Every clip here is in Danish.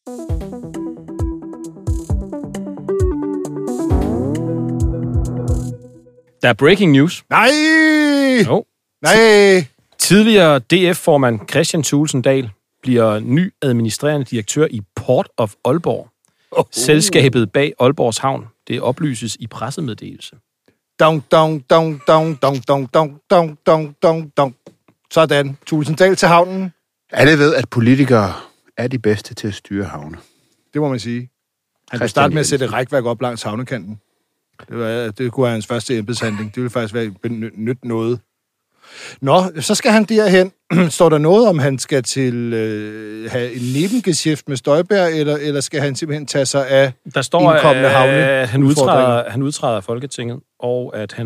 Der er breaking news. Nej! Jo. Nej! Tidligere DF-formand Christian Thulesen Dahl bliver ny administrerende direktør i Port of Aalborg. Selskabet bag Aalborgs Havn. Det oplyses i pressemeddelelse. Dong. Sådan. Thulesen Dahl til havnen. Alle ved, at politikere er de bedste til at styre havne. Det må man sige. Han kunne starte med at sætte rækværk op langs havnekanten. Det kunne være hans første embedshandling. Det ville faktisk være nyt noget. Nå, så skal han derhen. Står der noget om, han skal til have en nebengeschæft med Støjberg, eller skal han simpelthen tage sig af der står, indkommende havne? At han udtræder af Folketinget, og at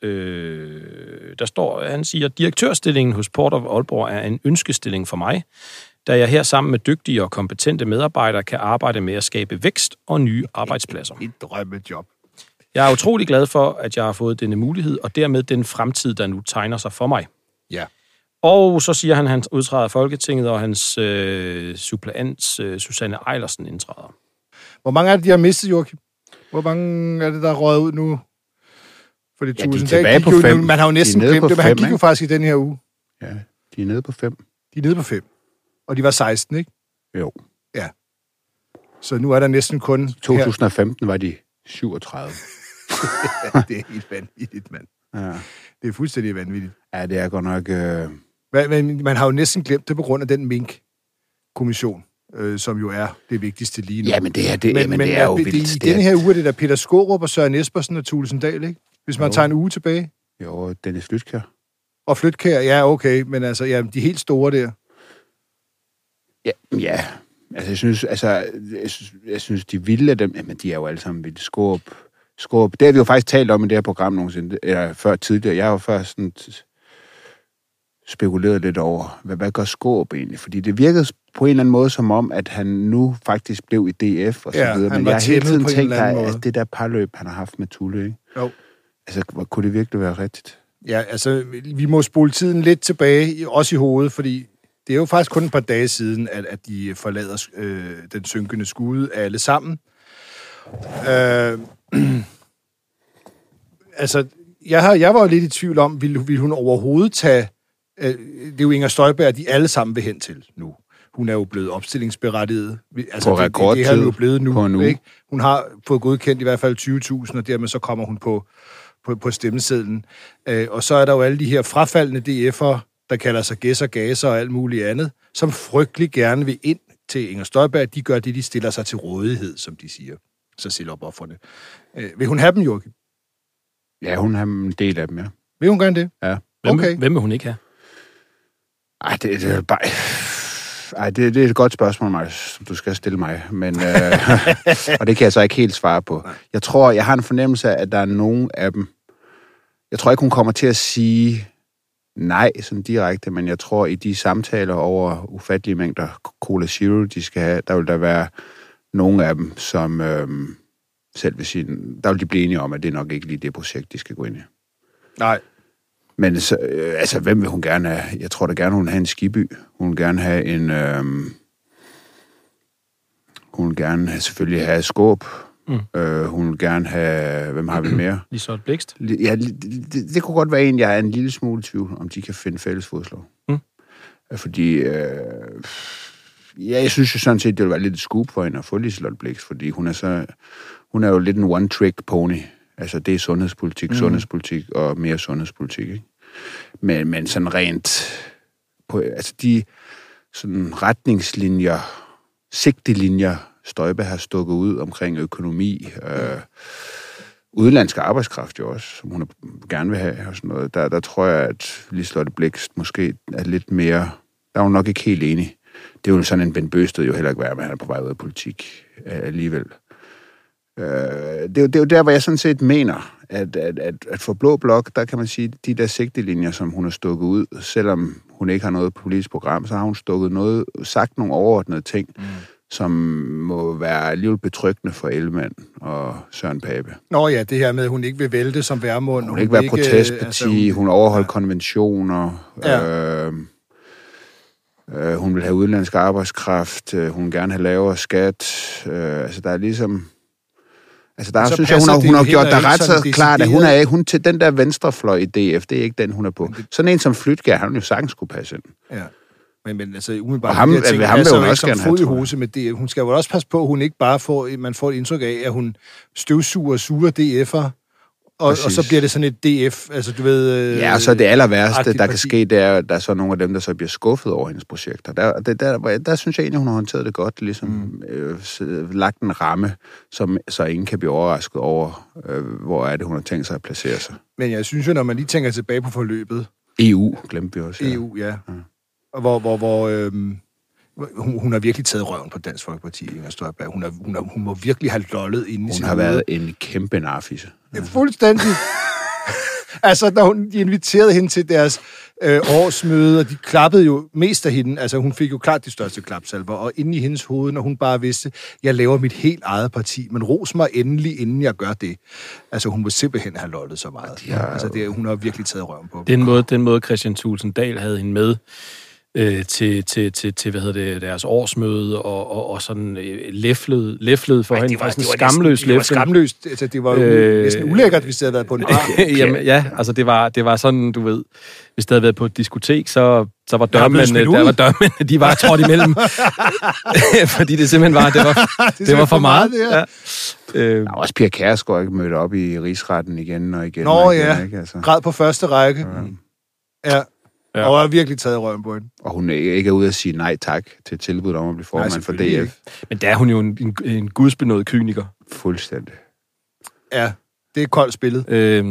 han siger, at direktørstillingen hos Port of Aalborg er en ønskestilling for mig, da jeg her sammen med dygtige og kompetente medarbejdere kan arbejde med at skabe vækst og nye arbejdspladser. Et drømmejob. Jeg er utrolig glad for, at jeg har fået denne mulighed, og dermed den fremtid, der nu tegner sig for mig. Ja. Og så siger han, at han udtræder af Folketinget, og hans suppleant, Susanne Eilersen, indtræder. Hvor mange er det, de har mistet, Joachim? Hvor mange er det, der er røget ud nu? For det de er tilbage på 5. Man har jo næsten glemt det, men han gik jo faktisk i den her uge. Ja, de er nede på 5. De er nede på 5. Og de var 16, ikke? Jo. Ja. Så nu er der næsten kun... 2015 var de 37. Det er helt vanvittigt, mand. Ja. Det er fuldstændig vanvittigt. Ja, det er godt nok... Man har jo næsten glemt det på grund af den mink-kommission, som jo er det vigtigste lige nu. Ja, men det er jo vildt. I denne her uge er det der Peter Skaarup og Søren Espersen og Thulesen Dahl, ikke? Hvis man tager en uge tilbage. Jo, Dennis Flydtkjær. Og Flydtkjær, ja, okay. Men altså, ja, de helt store der. Ja. Jeg synes, de vilde af dem, jamen, de er jo alle sammen vildt. Skaarup. Det har vi jo faktisk talt om i det her program nogensinde, eller før tidligere. Jeg har jo først sådan spekuleret lidt over, hvad gør Skaarup egentlig? Fordi det virkede på en eller anden måde som om, at han nu faktisk blev i DF og så videre. Men jeg har hele tiden tænkt, at det der parløb, han har haft med Tulle, ikke? Jo. Altså, kunne det virkelig være rigtigt? Ja, altså, vi må spole tiden lidt tilbage, også i hovedet, fordi det er jo faktisk kun et par dage siden, at de forlader den synkende skude alle sammen. Altså, jeg var jo lidt i tvivl om, ville hun overhovedet tage... det er jo Inger Støjberg, de alle sammen vil hen til nu. Hun er jo blevet opstillingsberettiget. Altså, på rekordtid. Det er jo blevet nu. På nu. Ikke? Hun har fået godkendt i hvert fald 20.000, og dermed så kommer hun på stemmesedlen. Og så er der jo alle de her frafaldende DF'ere, der kalder sig gæsser, gaser og alt muligt andet, som frygtelig gerne vil ind til Inger Støjberg. De gør det, de stiller sig til rådighed, som de siger. Så selv op offerne. Vil hun have dem, Joachim? Ja, hun har en del af dem, ja. Vil hun gerne det? Ja. Hvem vil hun ikke have? Ej, det er bare... Ej, det er et godt spørgsmål, Marcus, som du skal stille mig. Men, og det kan jeg så ikke helt svare på. Jeg har en fornemmelse af, at der er nogen af dem... Jeg tror ikke, hun kommer til at sige nej sådan direkte, men jeg tror, i de samtaler over ufattelige mængder Cola Zero, de skal have, der vil der være nogle af dem, som selv vil sige, der vil de blive enige om, at det er nok ikke lige det projekt, de skal gå ind i. Nej. Men altså, hvem vil hun gerne have? Jeg tror da gerne, hun vil have en Skiby. Hun vil gerne have en... hun vil gerne selvfølgelig have Skåb. Hun vil gerne have... Hvem har vi mere? Liselott Blixt? Ja, det kunne godt være en, jeg er en lille smule tvivl, om de kan finde fælles fodslag. Fordi... jeg synes jo sådan set, det ville være lidt et scoop for hende at få Liselott Blixt, fordi hun er jo lidt en one-trick pony. Altså, det er sundhedspolitik og mere sundhedspolitik, ikke? Men sådan rent... altså, de sådan retningslinjer, sigtelinjer, Støjberg har stukket ud omkring økonomi, udenlandsk arbejdskraft jo også, som hun gerne vil have og sådan noget. Der tror jeg, at Liselott Blixt måske er lidt mere... Der er hun nok ikke helt enig. Det er jo sådan en Bent Bøgsted jo heller ikke være, men han er på vej ud af politik alligevel. Det er jo der, hvor jeg sådan set mener, at for Blå Blok, der kan man sige, de der sigtelinjer, som hun har stukket ud, selvom hun ikke har noget politisk program, så har hun sagt nogle overordnede ting, som må være alligevel betryggende for Ellemann og Søren Pape. Nå ja, det her med, at hun ikke vil vælte som Værmund. Hun vil ikke være protestparti, hun overholder konventioner. Ja. Hun vil have udenlandsk arbejdskraft. Hun vil gerne have lavere skat. Altså, der er ligesom... Altså, der synes jeg, hun har gjort det ret så klart, at hun til den der venstrefløj i DF, det er ikke den, hun er på. Sådan en som Flytgær, han jo sagtens kunne passe ind. Ja. Men altså, umiddelbart... Og ham vil hun også gerne have, tror jeg. Med DF. Hun skal jo også passe på, at hun ikke bare får et indtryk af, at hun støvsuger sure DF'er, og så bliver det sådan et DF, altså du ved... Ja, og så det aller værste, der kan ske, det er, at der er så nogle af dem, der så bliver skuffet over hendes projekter. Der synes jeg egentlig, hun har håndteret det godt, ligesom lagt en ramme, som så ingen kan blive overrasket over, hvor er det, hun har tænkt sig at placere sig. Men jeg synes jo, når man lige tænker tilbage på forløbet... EU, glemte vi også. Ja. EU, ja. Hvor hun har virkelig taget røven på Dansk Folkeparti, Inger Støjberg. Hun må virkelig have lollet inde i sin Hun har været en kæmpe narfisse. Ja, fuldstændig. Altså, når de inviterede hende til deres årsmøde, og de klappede jo mest af hende. Altså, hun fik jo klart de største klapsalver, og inde i hendes hoved, når hun bare vidste, jeg laver mit helt eget parti, men ros mig endelig, inden jeg gør det. Altså, hun må simpelthen have lollet så meget. Altså, hun har virkelig taget røven på. Den måde Kristian Thulesen Dahl havde hende med til hvad hedder det, deres årsmøde, og sådan læflede for hende. Det var skamløst. Altså, det var jo næsten ulækkert, hvis det havde været på en bar. Jamen, ja, altså det var sådan, du ved, hvis det havde været på et diskotek, så var dørmændene, de var trådt imellem. Fordi det simpelthen var, det var for meget. Ja. Der var også Pia Kjærsgaard ikke mødte op i rigsretten igen og igen. Nå ja, ikke, altså. Græd på første række. Ja. Ja. Og har virkelig taget røven på hende. Og hun ikke er ude at sige nej tak til tilbuddet om at blive formand for DF. Ikke. Men der er hun jo en gudsbenået kyniker. Fuldstændig. Ja, det er koldt spillet.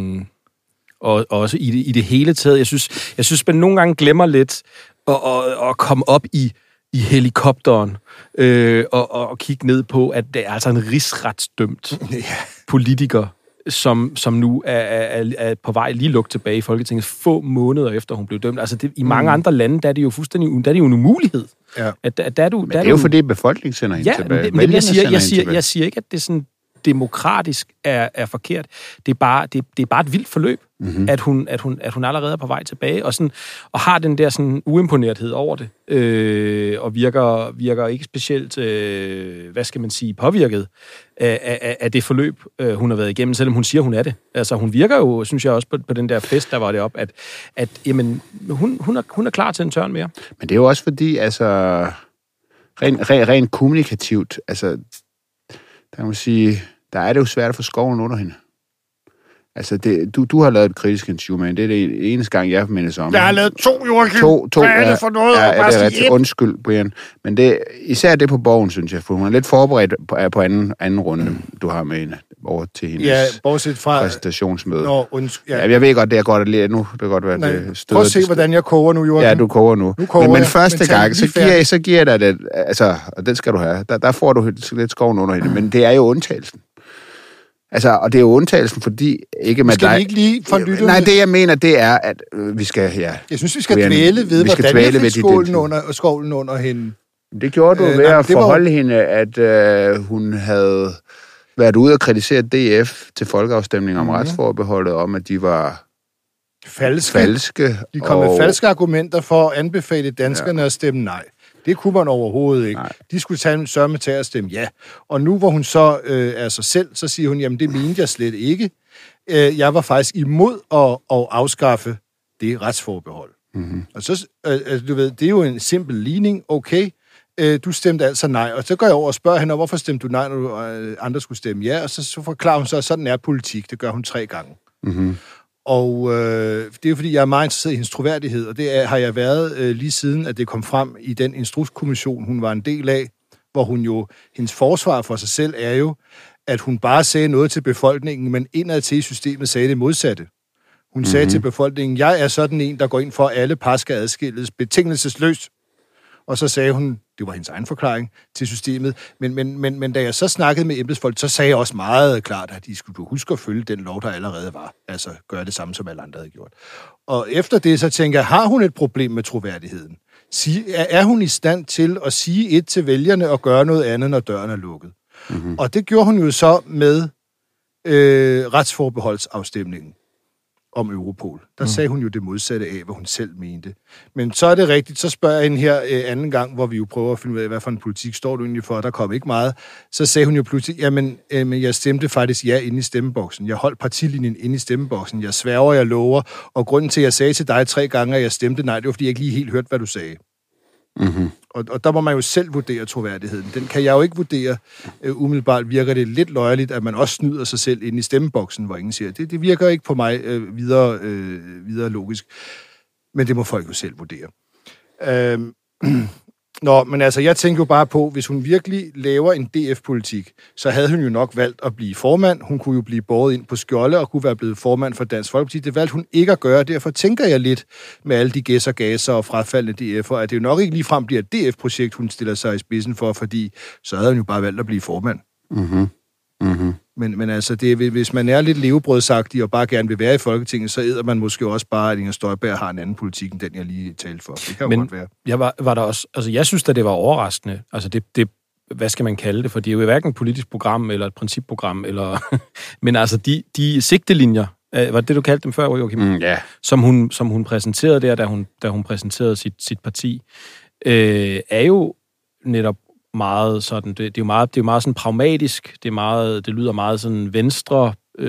Og også i det hele taget. Jeg synes man nogle gange glemmer lidt at komme op i helikopteren og kigge ned på, at det er altså en rigsretsdømt politiker, som nu er på vej lige lugt tilbage i Folketinget få måneder efter hun blev dømt. Altså i mange andre lande, der er det jo fuldstændig, der er det jo en umulighed. Ja. At der er du, men det er jo fordi befolkningen sender hende tilbage. Men jeg siger ikke, at det sådan demokratisk er forkert. Det er bare et vildt forløb, at hun allerede er på vej tilbage, og har den der sådan uimponerethed over det, og virker ikke specielt, hvad skal man sige, påvirket af det forløb, hun har været igennem, selvom hun siger, hun er det. Altså, hun virker jo, synes jeg også, på den der fest, der var det op, at jamen, hun er klar til en tørn mere. Men det er jo også fordi, altså, rent kommunikativt, altså, der kan man sige, der er det jo svært at få skoven under hende. Altså, du har lavet et kritisk interview med hende. Det er det eneste gang, jeg mindes om. Jeg har lavet 2, Joachim. Hvad er det for noget? Ja, det er ret. Undskyld, Brian. Men især det på Borgen, synes jeg, for hun er lidt forberedt på anden runde, du har med hende over til hendes præsentationsmøde. Jeg ved godt, det er godt lige nu. Det kan godt være, det støder. Prøv at se, hvordan jeg koger nu, Joachim. Ja, du koger nu. Men første gang, så giver jeg dig det. Altså, og den skal du have. Der får du lidt skoven under hende. Men det er jo undtagelsen. Altså, og det er jo undtagelsen, fordi ikke med dig... Skal vi ikke lige for lytterne? Nej, det jeg mener, det er, at vi skal... Ja, jeg synes, vi skal dvæle ved, hvordan jeg fik skovlen under hende. Det gjorde du ved at forholde hende, at hun havde været ude og kritisere DF til folkeafstemning om retsforbeholdet, om at de var falske. De kom med falske argumenter for at anbefale danskerne at stemme nej. Det kunne man overhovedet ikke. Nej. De skulle sørge til at stemme ja. Og nu, hvor hun så er sig selv, så siger hun, jamen det mente jeg slet ikke. Jeg var faktisk imod at afskaffe det retsforbehold. Mm-hmm. Og så, du ved, det er jo en simpel ligning. Okay, du stemte altså nej. Og så går jeg over og spørger hende, hvorfor stemte du nej, når andre skulle stemme ja? Og så forklarer hun så, at sådan er politik. Det gør hun 3 gange. Mm-hmm. Og det er jo fordi, jeg er meget interesseret i hendes troværdighed, og det har jeg været lige siden, at det kom frem i den instrukskommission, hun var en del af, hvor hun jo, hendes forsvar for sig selv er jo, at hun bare sagde noget til befolkningen, men indad til systemet sagde det modsatte. Hun sagde til befolkningen, jeg er sådan en, der går ind for, at alle par skal adskilles betingelsesløst. Og så sagde hun, det var hendes egen forklaring til systemet, men da jeg så snakkede med embedsfolk, så sagde jeg også meget klart, at de skulle huske at følge den lov, der allerede var. Altså gøre det samme, som alle andre havde gjort. Og efter det, så tænker jeg, har hun et problem med troværdigheden? Er hun i stand til at sige et til vælgerne og gøre noget andet, når døren er lukket? Mm-hmm. Og det gjorde hun jo så med retsforbeholdsafstemningen. om Europol. Der sagde hun jo det modsatte af, hvad hun selv mente. Men så er det rigtigt, så spørger jeg hende her anden gang, hvor vi jo prøver at finde ud af, hvad for en politik står du egentlig for, der kom ikke meget. Så sagde hun jo pludselig, jamen jeg stemte faktisk ja inde i stemmeboksen. Jeg holdt partilinjen inde i stemmeboksen. Jeg sværger, jeg lover. Og grunden til, at jeg sagde til dig 3 gange, at jeg stemte nej, det var, fordi jeg ikke lige helt hørte, hvad du sagde. Mm-hmm. Og der må man jo selv vurdere troværdigheden. Den kan jeg jo ikke vurdere. Umiddelbart virker det lidt løjerligt, at man også snyder sig selv inde i stemmeboksen, hvor ingen siger, det virker ikke på mig videre logisk. Men det må folk jo selv vurdere. Men altså, jeg tænker jo bare på, hvis hun virkelig laver en DF-politik, så havde hun jo nok valgt at blive formand. Hun kunne jo blive båret ind på skjolde og kunne være blevet formand for Dansk Folkeparti. Det valgte hun ikke at gøre, derfor tænker jeg lidt med alle de gæsser, gasser og frafaldende DF'er, at det jo nok ikke ligefrem bliver et DF-projekt, hun stiller sig i spidsen for, fordi så havde hun jo bare valgt at blive formand. Mm-hmm. Mm-hmm. Men altså, hvis man er lidt levebrødsagtig og bare gerne vil være i Folketinget, så æder man måske også bare, at Inger Støjberg har en anden politik, end den, jeg lige talte for. Det kan jo godt være. Jeg var der også, altså jeg synes, at det var overraskende. Altså det, hvad skal man kalde det? For det er jo hverken et politisk program eller et principprogram, eller men altså de sigtelinjer, var det du kaldte dem før, Joachim? Yeah. Som hun præsenterede der, da hun præsenterede sit parti, er jo netop meget sådan, det er jo meget sådan pragmatisk, det lyder meget sådan venstre,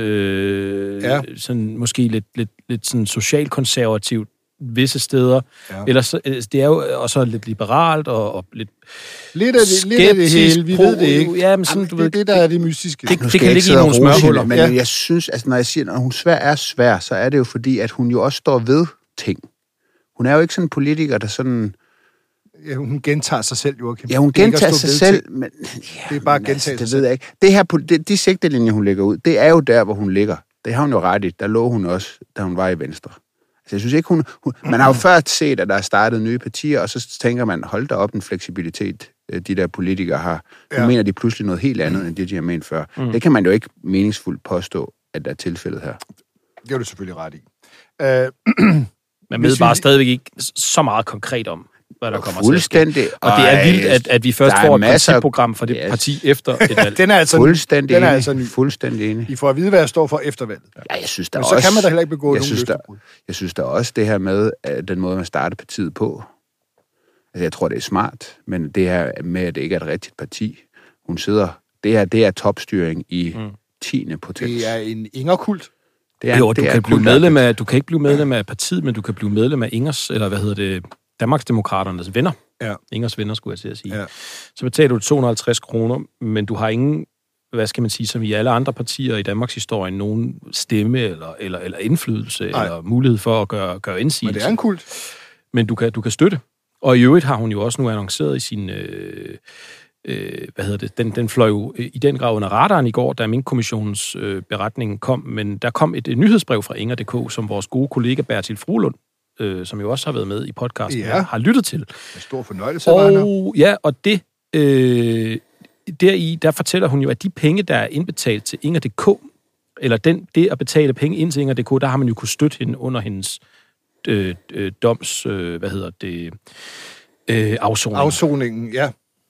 sådan måske lidt sådan socialkonservativt visse steder. Ja. Ellers det er jo også lidt liberalt og lidt skeptisk. Lidt af det hele, vi ved det ikke. Ja, men sådan, du ved, det der er det mystiske. Det kan ligge i nogle smørhuller. Men jeg synes, altså når jeg siger, når hun er svær, så er det jo fordi, at hun jo også står ved ting. Hun er jo ikke sådan en politiker, der sådan... Ja, hun gentager sig selv, Joachim. Ja, hun gentager sig selv, men... det er bare at gentage det ved jeg ikke. Det her, de sigtelinjer, hun lægger ud, det er jo der, hvor hun ligger. Det har hun jo ret i. Der lå hun også, da hun var i Venstre. Altså, jeg synes ikke, man har jo før set, at der er startet nye partier, og så tænker man, hold da op en fleksibilitet, de der politikere har. Nu mener de pludselig noget helt andet, end det, de har ment før. Det kan man jo ikke meningsfuldt påstå, at der er tilfældet her. Det er du selvfølgelig ret i. Man ved bare stadigvæk ikke så meget konkret om, hvad der kommer til at ske. Og det er vildt, at vi først får et principprogram for det parti efter et valg. Den er altså fuldstændig ny. Fuldstændig enig. I får at vide, hvad jeg står for efter valget. Ja, jeg synes, der men også, så kan man da heller ikke begå nogen løftebrud. Jeg synes der også det her med, den måde, man starter partiet på. Altså, jeg tror, det er smart, men det her med, at det ikke er et rigtigt parti. Hun sidder... Det er topstyring i 10. potens. Det er en Inger-kult. Du kan ikke blive medlem af partiet, men du kan blive medlem af Ingers, eller Danmarksdemokraternes venner. Ja. Ingers venner, skulle jeg til at sige. Ja. Så betaler du 250 kroner, men du har ingen, hvad skal man sige, som i alle andre partier i Danmarks historie, nogen stemme eller indflydelse, eller mulighed for at gøre indsigelse. Men det er en kult. Men du kan støtte. Og i øvrigt har hun jo også nu annonceret i sin... Den fløj jo i den grad under radaren i går, da Mink-kommissionens beretning kom, men der kom et nyhedsbrev fra Inger.dk, som vores gode kollega Bertil Fruelund, som jo også har været med i podcasten, har lyttet til. En stor fornøjelse, og det deri, der fortæller hun jo, at de penge, der er indbetalt til Inger.dk, eller det at betale penge ind til Inger.dk, der har man jo kunnet støtte hende under hendes doms, afsoning. Afsoningen, ja.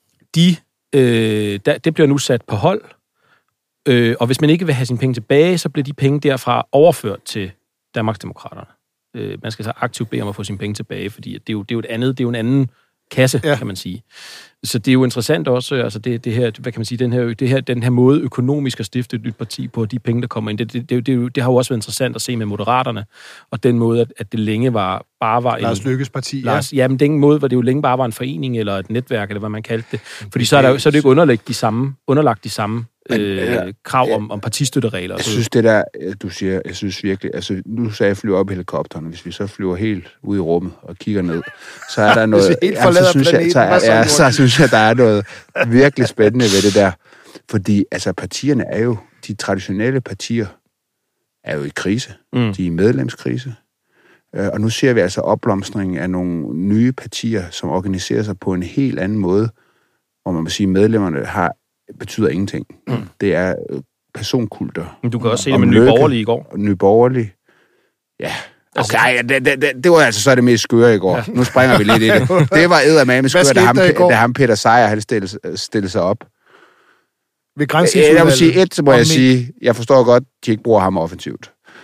Det bliver nu sat på hold, og hvis man ikke vil have sine penge tilbage, så bliver de penge derfra overført til Danmarksdemokraterne. Man skal så aktivt bede om at få sine penge tilbage, fordi det er jo en anden kasse, kan man sige. Så det er jo interessant også, altså det her, hvad kan man sige, den her måde økonomisk at stifte et nyt parti på, de penge, der kommer ind, det har jo også været interessant at se med Moderaterne, og den måde, at det længe bare var Lars Løkkes parti, ja, men den måde, hvor det jo længe bare var en forening, eller et netværk, eller hvad man kaldte det. Fordi så er det ikke underlagt de samme krav om partistøtteregler. Jeg synes det der, du siger, jeg synes virkelig, altså nu sagde jeg flyver op i helikopteren, hvis vi så flyver helt ud i rummet og kigger ned, så er der noget, så synes jeg, der er noget virkelig spændende ved det der. Fordi altså partierne er jo, de traditionelle partier er jo i krise. De er i medlemskrise. Og nu ser vi altså opblomstringen af nogle nye partier, som organiserer sig på en helt anden måde, hvor man må sige, medlemmerne betyder ingenting. Det er personkulter. Du kan også se det med Nye Borgerlige i går. Nye Borgerlige, ja. Okay, det var altså så det mest skøre i går. Ja. Nu springer vi lidt i det. Det var eddermame skøre, da ham Peter Sejer havde stillet sig op. Ved Granskningsudvalget. Jeg vil sige, må jeg sige, jeg forstår godt, de ikke bruger ham offensivt.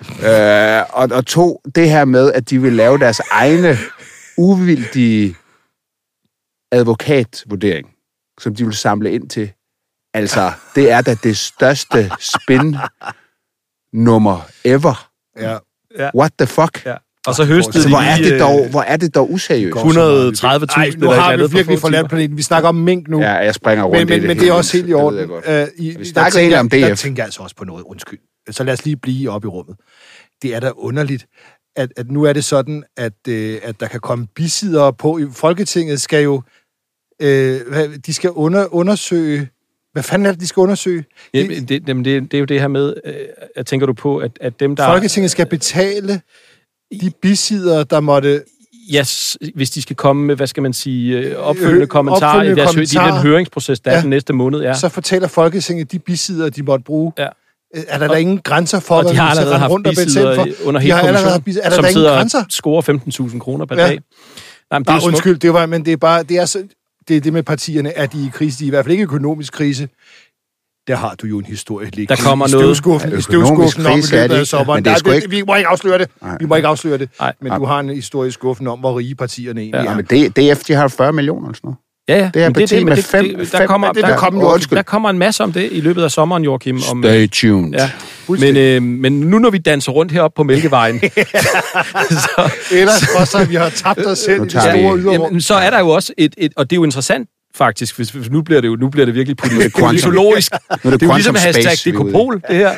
Og 2, det her med, at de vil lave deres egne uvildige advokatvurdering, som de vil samle ind til. Altså, det er da det største spin-nummer ever. Ja. What the fuck? Ja. Og så høstede Hvor er det dog useriøst? 130.000 nu har vi virkelig forladt planeten. Vi snakker om mink nu. Ja, jeg springer rundt men det er også helt i orden. Vi snakker egentlig om DF. Der tænker jeg altså også på noget. Undskyld. Så lad os lige blive oppe i rummet. Det er da underligt, at nu er det sådan, at der kan komme bisidere på. Folketinget skal jo... de skal undersøge... Hvad fanden er det, de skal undersøge? Det er jo det her med... tænker du på, at dem, der... Folketinget skal betale de bisidere, der måtte... Yes, hvis de skal komme med, hvad skal man sige, opfølgende kommentarer i den høringsproces, der er den næste måned. Ja. Så fortæller Folketinget de bisidere, de måtte bruge. Ja. Er der ingen grænser for, hvad de har allerede haft bisidere under hele kommissionen, som sidder og scorer 15.000 kroner per dag. Nej, men det er undskyld, det er det med partierne, at de er i krise. De er i hvert fald ikke økonomisk krise. Der har du jo en historie liggende. Der kommer noget. Støvskuffen om i løbet af sommeren. Vi må ikke afsløre det. Vi må ikke afsløre det. Men du har en historie i skuffen om, hvor rige partierne egentlig er. Men DF, de har 40 millioner eller sådan noget. Ja. Det er parti med 5. Der kommer en masse om det i løbet af sommeren, Joachim. Stay tuned. Ja. Men nu når vi danser rundt heroppe på Mælkevejen... Ellers også, vi har tabt os selv i det store yderrum. Så er der jo også og det er jo interessant, faktisk, hvis nu bliver det virkelig politologisk. Det er jo ligesom #Dekopol, det her.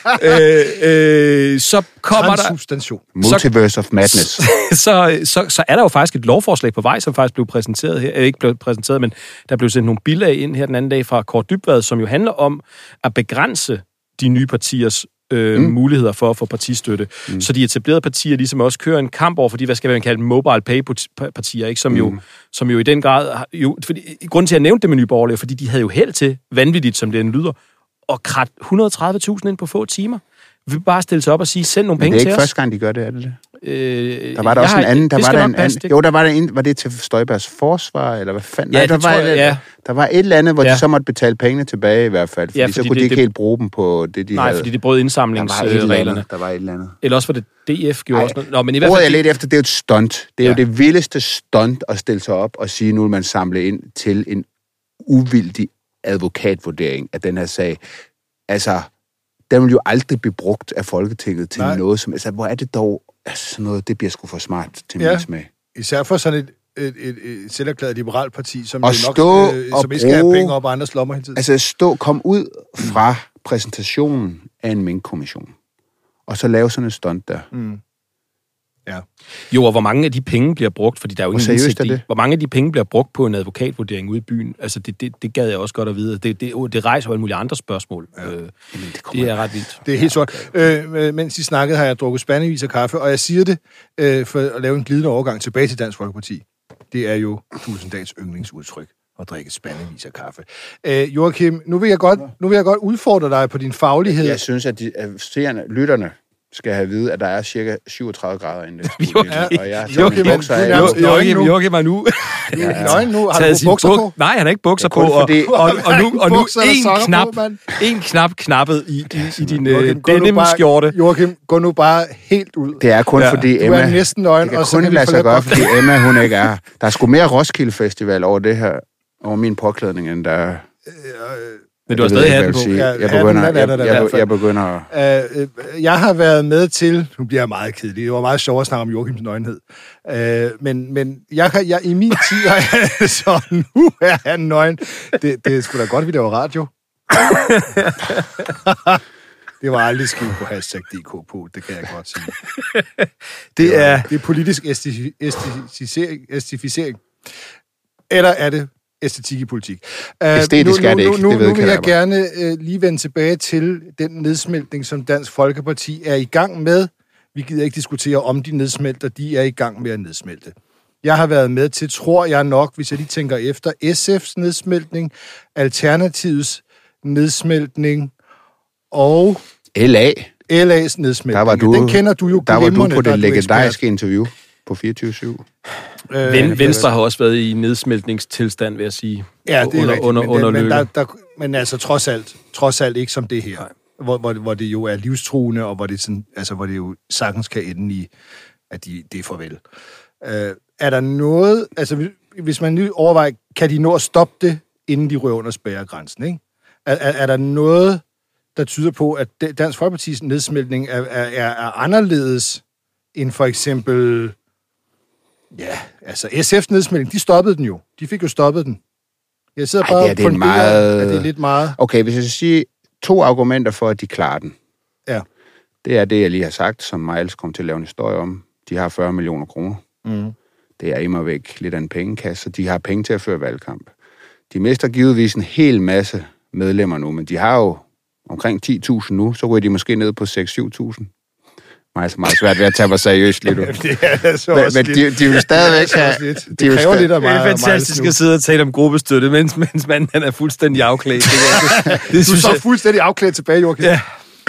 Så kommer der... Multiverse of Madness. Så er der jo faktisk et lovforslag på vej, som faktisk blev præsenteret her. Ikke blev præsenteret, men der blev sendt nogle bilag ind her den anden dag fra Kaare Dybvad, som jo handler om at begrænse de nye partiers muligheder for at få partistøtte. Så de etablerede partier ligesom også kører en kamp over for de, hvad skal man kalde mobile pay-partier, ikke? Som jo i den grad... Fordi, grunden til at nævne det med Nye Borgerlige, fordi de havde jo held til, vanvittigt som det lyder, at kratte 130.000 ind på få timer. Vi vil bare stille sig op og sige, send nogle penge til os. Det er ikke første gang, de gør det, er det det? Der var der også en anden. Var det til Støjbergs forsvar, eller hvad fanden? Ja, der var et eller andet, hvor de så måtte betale pengene tilbage i hvert fald, fordi så kunne de ikke helt bruge dem på det, de havde. Nej, fordi de brød indsamlingsreglerne. Der var et eller andet. Eller også var det DF gjorde også noget. Nå, men i hvert fald... jeg lidt efter, det er jo et stunt. Det er jo det vildeste stunt at stille sig op og sige, nu vil man samle ind til en uvildig advokatvurdering af den her sag. Altså... Den vil jo aldrig blive brugt af Folketinget til noget som... Altså, hvor er det dog... Altså, sådan noget, det bliver sgu for smart til mig med. Især for sådan et selverklæret liberalt parti, som jo nok som ikke skal have penge op og andres lommer hele tiden. Altså, kom ud fra præsentationen af en minkkommission, og så lave sådan et stunt der. Ja. Jo, og hvor mange af de penge bliver brugt, fordi der er jo ingen indsigt i. Hvor mange af de penge bliver brugt på en advokatvurdering ude i byen? Altså, det gad jeg også godt at vide. Det rejser jo en mulig andre spørgsmål. Ja. Det er ret vildt. Det er helt sort. Mens I snakkede, har jeg drukket spandevis af kaffe, og jeg siger det for at lave en glidende overgang tilbage til Dansk Folkeparti. Det er jo Tulsendals yndlingsudtryk at drikke spandevis af kaffe. Joachim, nu vil jeg godt udfordre dig på din faglighed. Jeg synes, at lytterne skal have at vide, at der er cirka 37 grader inde. Joachim er nu... Nøgen nu? Har du bukser på? Nej, han har ikke bukser på. Og nu en knap knappet i din denim-skjorte. Joachim, gå nu bare helt ud. Det er kun fordi Emma... Du er næsten nøgen, og så kan vi lade sig gøre, fordi Emma, hun ikke er. Der er sgu mere Roskilde Festival over det her, over min påklædning, end der er... Men du har stadig hatten på. Jeg begynder... Jeg har været med til... Nu bliver jeg meget kedelig. Det var meget sjovt at snakke om Joachims nøgenhed. Men jeg i min tid har jeg så... Nu er han nøgen. Det er sgu da godt, vi laver radio. Det var aldrig skrivet på #DK på. Det kan jeg godt sige. Det er politisk æstificering. Eller er det æstetik i politik? Æstetisk er det ikke. Nu vil jeg gerne lige vende tilbage til den nedsmeltning, som Dansk Folkeparti er i gang med. Vi gider ikke diskutere, om de nedsmelter. De er i gang med at nedsmelte. Jeg har været med til, tror jeg nok, hvis jeg lige tænker efter, SF's nedsmeltning, Alternativets nedsmeltning og... LA's nedsmeltning. Der var du, den kender du jo glimrende. Der var du på det legendariske interview på 24/7. Venstre har også været i nedsmeltningstilstand, vil jeg sige. Ja, det er rigtigt. Men altså trods alt ikke som det her. hvor det jo er livstruende, og hvor det, sådan, altså, hvor det jo sagtens kan ende i, at det er farvel. Er der noget, altså hvis man nu overvejer, kan de nå at stoppe det, inden de rører under spærregrænsen, ikke? Er der noget, der tyder på, at Dansk Folkepartis nedsmeltning er anderledes end for eksempel, ja, altså SF's nedsmeltning, de stoppede den jo. De fik jo stoppet den. Jeg sidder bare og funderer, at det er lidt meget. Okay, hvis jeg skal sige 2 argumenter for, at de klarer den. Ja. Det er det, jeg lige har sagt, som Miles kom til at lave en historie om. De har 40 millioner kroner. Mm. Det er immer væk lidt af en pengekasse, så de har penge til at føre valgkamp. De mister givetvis en hel masse medlemmer nu, men de har jo omkring 10.000 nu, så ryger de måske ned på 6-7.000. Meget svært ved at tage mig seriøst lidt ud. Men de vil stadigvæk have... Det kræver lidt af mig. Det er fantastisk at sidde og tale om gruppestøtte, mens manden han er fuldstændig afklædt. Du står fuldstændig afklædt tilbage, Joachim. Ja.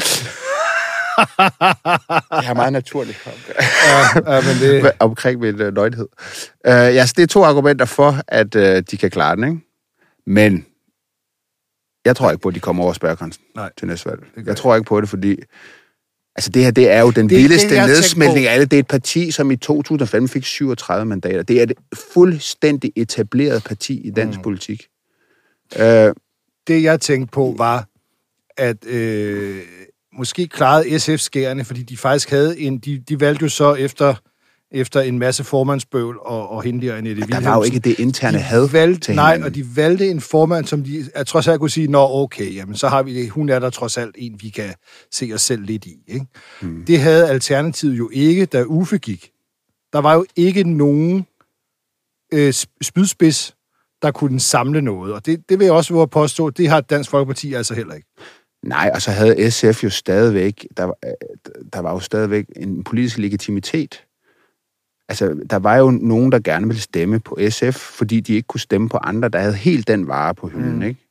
Jeg har meget naturligt men det... omkring min nøgenhed. Så det er 2 argumenter for, at de kan klare den, ikke? Men jeg tror ikke på, at de kommer over spærregrænsen til næste valg. Jeg tror ikke på det, fordi altså det her, det er jo den vildeste nedsmeltning af alle. Det er et parti, som i 2005 fik 37 mandater. Det er et fuldstændig etableret parti i dansk politik. Det, jeg tænkte på, var, at måske klarede SF skærende, fordi de faktisk havde de valgte jo så efter en masse formandsbøvl og hende og Annette Wilhelmsen. Der var jo ikke det interne had til hinanden. Nej, og de valgte en formand, som de trods alt kunne sige, nå okay, jamen så har vi det. Hun er der trods alt en, vi kan se os selv lidt i. Ikke? Det havde Alternativet jo ikke, da Uffe gik. Der var jo ikke nogen spydspids, der kunne samle noget. Og det vil jeg også våge at påstå, det har Dansk Folkeparti altså heller ikke. Nej, og så havde SF jo stadigvæk, der var jo stadigvæk en politisk legitimitet. Altså, der var jo nogen, der gerne ville stemme på SF, fordi de ikke kunne stemme på andre, der havde helt den vare på hylden, ikke?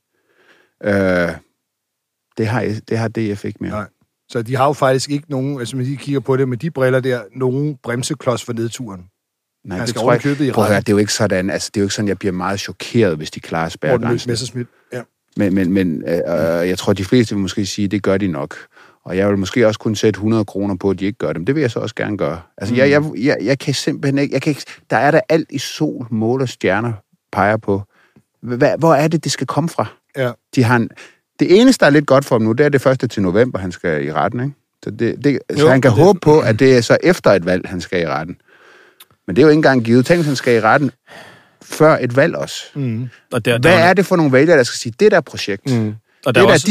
Det har DF ikke mere. Nej. Så de har jo faktisk ikke nogen, altså når de kigger på det med de briller der, nogen bremseklods for nedturen. Nej, det tror jeg ikke. Det er jo ikke sådan, altså det er jo ikke sådan, jeg bliver meget chokeret, hvis de klarer spærregrænsen. Ja. Men jeg tror, de fleste vil måske sige, det gør de nok. Og jeg vil måske også kunne sætte 100 kroner på, at de ikke gør dem. Det vil jeg så også gerne gøre. Altså, jeg kan simpelthen ikke... Der er der alt i sol, mål og stjerner peger på. Hvor er det skal komme fra? Ja. Det eneste, der er lidt godt for ham nu, det er det 1. til november, han skal i retten, ikke? Så han kan håbe på, at det er så efter et valg, han skal i retten. Men det er jo ikke engang givet. Tænk, han skal i retten før et valg også. Mm. Hvad er det for nogle vælgere, der skal sige, det der projekt... Og der de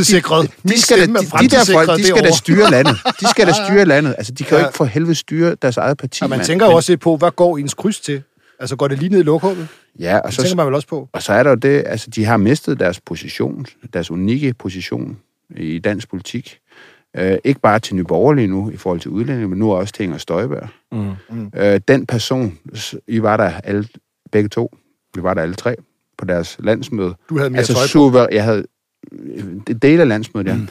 skal da styre landet. De skal da styre landet. Altså, de kan jo ikke for helvede styre deres eget parti. Og man tænker jo også på, hvad går ens kryds til? Altså, går det lige ned i lokhullet? Ja, og så tænker man vel også på. Og så er der jo det, altså, de har mistet deres position, deres unikke position i dansk politik. Ikke bare til Nye Borgerlige nu, i forhold til udlændinge, men nu også til Inger Støjberg. Den person, I var der alle, begge to, vi var der alle 3 på deres landsmøde. Du havde mere altså, tøj på. Super, jeg havde del af landsmødet, ja.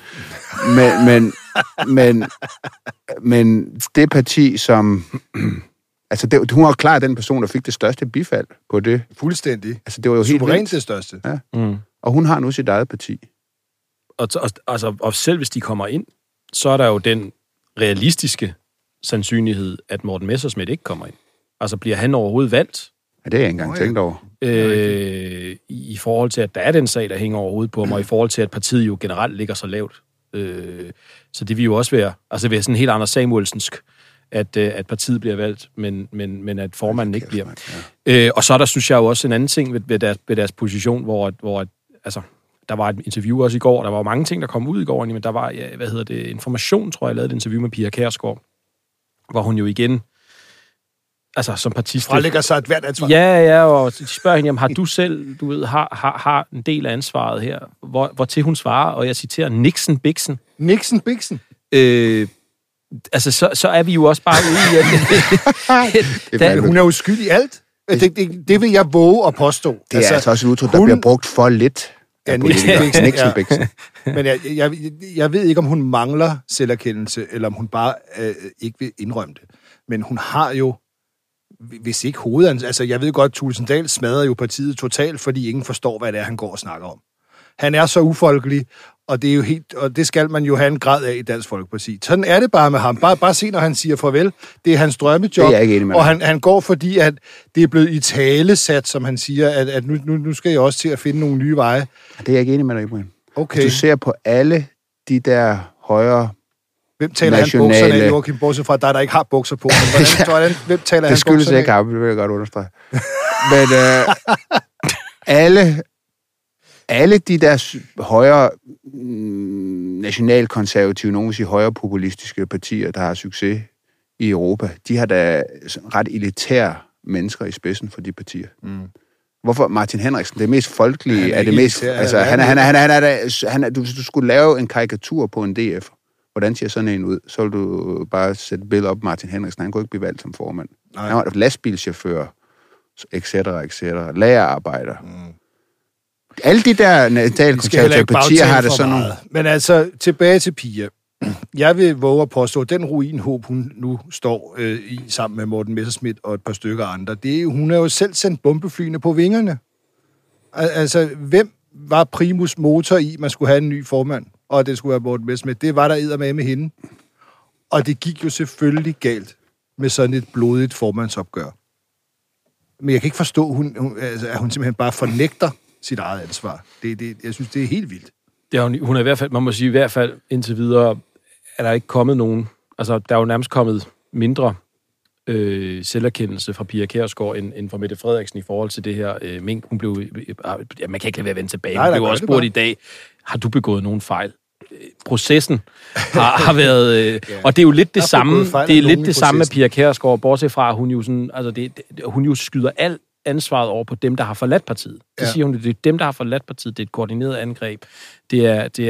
Men det parti, som... Altså, hun var klart den person, der fik det største bifald på det. Fuldstændig. Altså, det var jo suverænt helt det største. Ja. Og hun har nu sit eget parti. Og selv hvis de kommer ind, så er der jo den realistiske sandsynlighed, at Morten Messerschmidt ikke kommer ind. Altså, bliver han overhovedet valgt? Ja, det er jeg ikke engang tænkt over. I forhold til, at der er den sag, der hænger over hovedet på ham, og i forhold til, at partiet jo generelt ligger så lavt. Så det vil jo også være sådan helt Anders Samuelsensk, at partiet bliver valgt, men at formanden ikke bliver. Ja. Og så er der, synes jeg jo også en anden ting ved deres position, hvor altså, der var et interview også i går, der var mange ting, der kom ud i går, men der var, Information, tror jeg lavede et interview med Pia Kjærsgaard, hvor hun jo igen, altså som partistifter... Frelægger sig et hvert ansvar. Ja, og de spørger hende, jamen, har du selv, du ved, har en del af ansvaret her, hvor til hun svarer, og jeg citerer, Nixon Bixen. Nixon Bixen? Altså, så er vi jo også bare ude i, at... hun er jo skyld i alt. Det vil jeg våge at påstå. Det er altså også et udtryk, der bliver brugt for lidt. Ja, Nixon Bixen. Men jeg ved ikke, om hun mangler selverkendelse, eller om hun bare ikke vil indrømme det. Men hun har jo, hvis ikke hovedet... Altså, jeg ved godt, Thulesen Dahl smadrer jo partiet totalt, fordi ingen forstår, hvad det er, han går og snakker om. Han er så ufolkelig, Og det er jo og det skal man jo have en grad af i Dansk Folkeparti. Sådan er det bare med ham. Bare se, når han siger farvel. Det er hans drømmejob. Det er jeg ikke enig med. Og han går, fordi at det er blevet i talesat, som han siger, at nu skal jeg også til at finde nogle nye veje. Det er jeg ikke enig med dig, Ibrahim. Okay. Hvis du ser på alle de der højere hvem taler nationale... han bukserne af, Joachim, bortset fra dig, der ikke har bukser på? Men hvem taler han det skyldes ikke ham, det vil jeg godt understrege. Men alle de der højere nationalkonservative, nogen vil sige højere populistiske partier, der har succes i Europa, de har da ret elitære mennesker i spidsen for de partier. Mm. Hvorfor Martin Henriksen, det mest folkelige, er det mest... Altså, du skulle lave en karikatur på en DF. Hvordan ser sådan en ud? Så vil du bare sætte billeder op Martin Henriksen. Han kunne ikke blive valgt som formand. Nej. Han var lastbilschauffør, etc., lagerarbejder. Mm. Alle de der nationalkonservative partier har det sådan nogle... Men altså, tilbage til Pia. Jeg vil våge at påstå, at den ruinhåb, hun nu står i sammen med Morten Messerschmidt og et par stykker andre, hun er jo selv sendt bombeflyene på vingerne. Altså, hvem var primus motor i, man skulle have en ny formand, og det skulle være Morten Messerschmidt? Det var der eddermame med hende. Og det gik jo selvfølgelig galt med sådan et blodigt formandsopgør. Men jeg kan ikke forstå, at hun simpelthen bare fornægter sit eget ansvar. Jeg synes, det er helt vildt. Hun er i hvert fald, man må sige i hvert fald indtil videre, er der ikke kommet nogen, altså der er jo nærmest kommet mindre selverkendelse fra Pia Kjærsgaard end fra Mette Frederiksen i forhold til det her mink. Hun blev, man kan ikke lade være at vende tilbage. Hun blev også spurgt i dag, har du begået nogen fejl? Processen har været, og det er jo lidt det samme. Det er lidt det samme med Pia Kjærsgaard, bortset fra at hun jo sådan, altså hun jo skyder alt ansvaret over på dem, der har forladt partiet. Det siger hun, det er dem, der har forladt partiet. Det er et koordineret angreb. Det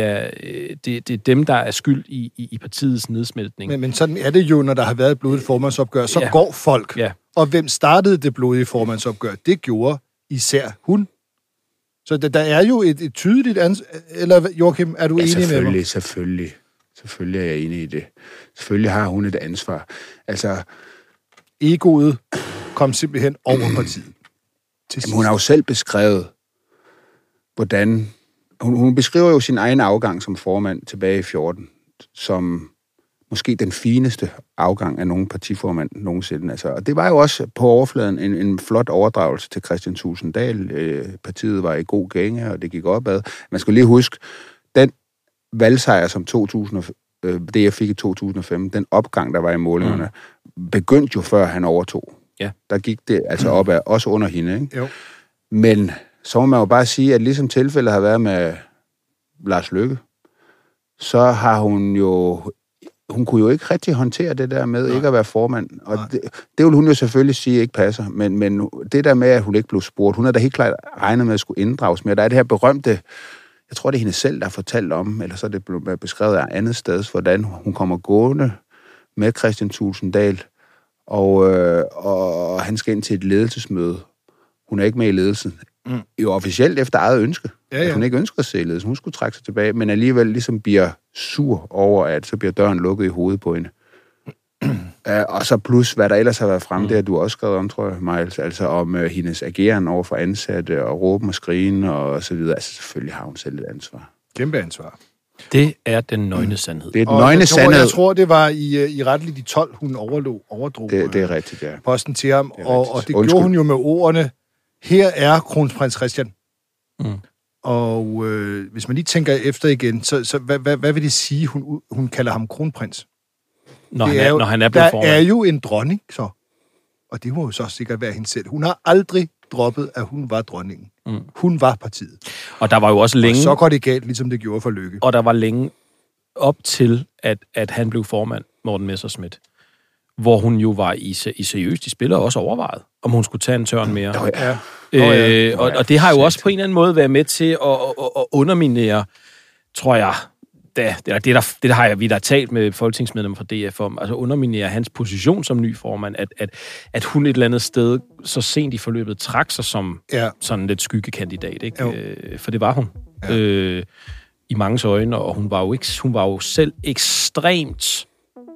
er dem, der er skyld i partiets nedsmeltning. Men sådan er det jo, når der har været et blodigt formandsopgør. Så går folk. Ja. Og hvem startede det blodige formandsopgør? Det gjorde især hun. Så der er jo et tydeligt ansvar. Eller Joachim, er du enig med mig? Selvfølgelig er jeg enig i det. Selvfølgelig har hun et ansvar. Altså, egoet kom simpelthen over partiet. Jamen, hun har jo selv beskrevet, hvordan... Hun beskriver jo sin egen afgang som formand tilbage i 14, som måske den fineste afgang af nogen partiformand nogensinde. Altså, og det var jo også på overfladen en flot overdragelse til Kristian Thulesen Dahl. Partiet var i god gænge, og det gik opad. Man skal lige huske, den valgsejr, som DF fik i 2005, den opgang, der var i målingerne, begyndte jo før han overtog. Ja. Der gik det altså opad, også under hende, ikke? Jo. Men så må man jo bare sige, at ligesom tilfældet har været med Lars Løkke, så har hun kunne jo ikke rigtig håndtere det der med ikke at være formand. Og det vil hun jo selvfølgelig sige ikke passer, men det der med, at hun ikke blev spurgt, hun har da helt klart regnet med at skulle inddrages mere. Der er det her berømte, jeg tror det er hende selv, der har fortalt om, eller så er det blevet beskrevet af andet sted, hvordan hun kommer gående med Kristian Thulesen Dahl, og han skal ind til et ledelsesmøde. Hun er ikke med i ledelsen. Jo officielt efter eget ønske. Ja. At hun ikke ønsker at se ledelsen. Hun skulle trække sig tilbage, men alligevel ligesom bliver sur over, at så bliver døren lukket i hovedet på hende. Og så plus, hvad der ellers har været fremme, det har du også skrevet om, tror jeg, Miles, altså om hendes ageren over for ansatte, og råben og skrigen, og så videre. Altså selvfølgelig har hun selv et ansvar. Kæmpe ansvar. Det er den nøgne sandhed. Det er den nøgne sandhed. Jeg tror, det var i retligt de 12, hun overdrog det er rigtigt, ja. Posten til ham, og det gjorde hun jo med ordene, her er kronprins Christian. Og hvis man lige tænker efter igen, så hvad vil det sige, hun kalder ham kronprins? Når han er blevet formand. Der er jo en dronning, så. Og det må jo så sikkert være hende selv. Hun har aldrig droppet, at hun var dronningen. Hun var partiet. Og der var jo også længe... Og så går det galt, ligesom det gjorde for Løkke. Og der var længe op til, at han blev formand, Morten Messerschmidt, hvor hun jo var i seriøst, de spiller også overvejet, om hun skulle tage en tørn mere. Og det har jo også på en eller anden måde været med til at underminere, tror jeg, det har vi talt med folketingsmedlemmer fra DF om, altså underminere hans position som ny formand, at hun et eller andet sted så sent i forløbet trak sig som sådan lidt skyggekandidat, ikke? For det var hun. Ja. I manges øjne, og hun var jo selv ekstremt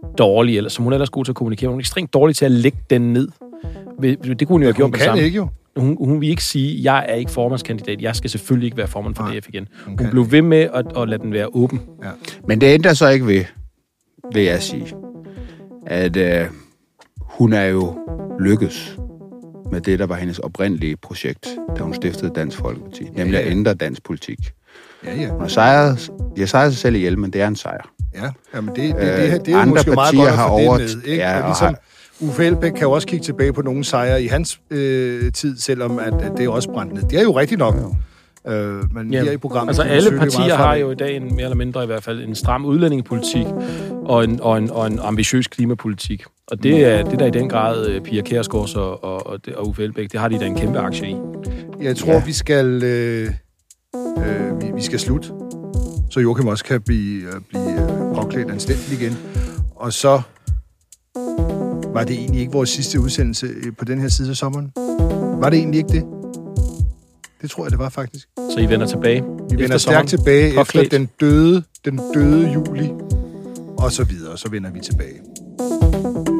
dårlig, eller som hun ellers god til at kommunikere, hun er ekstremt dårlig til at lægge den ned. Det kunne hun jo have gjort med sammen. Hun kan ikke jo. Hun vil ikke sige, jeg er ikke formandskandidat, jeg skal selvfølgelig ikke være formand for DF igen. Hun blev ved med at lade den være åben. Ja. Men det ændrer så ikke ved, vil jeg sige, at hun er jo lykkedes med det, der var hendes oprindelige projekt, da hun stiftede Dansk Folkeparti, nemlig at ændre dansk politik. Ja. Hun har sejret sig selv ihjel, men det er en sejr. Ja, jamen det er jo måske meget godt at få det med, ikke? Ja, og ligesom Uffe Elbæk kan jo også kigge tilbage på nogle sejre i hans tid, selvom at det er også brændt ned. Det er jo rigtigt nok. Men her i programmet... Altså alle partier har jo i dag en mere eller mindre i hvert fald en stram udlændingepolitik og en ambitiøs klimapolitik. Og det er der i den grad Pia Kjærsgaard og Uffe Elbæk, det har de da en kæmpe aktie i. Jeg tror, vi skal slutte, så Joachim også kan blive påklædt anstændigt igen. Og så var det egentlig ikke vores sidste udsendelse på den her side af sommeren. Var det egentlig ikke det? Det tror jeg, det var faktisk. Så I vender tilbage? Vi vender stærkt tilbage efter den døde juli, og så videre, så vender vi tilbage.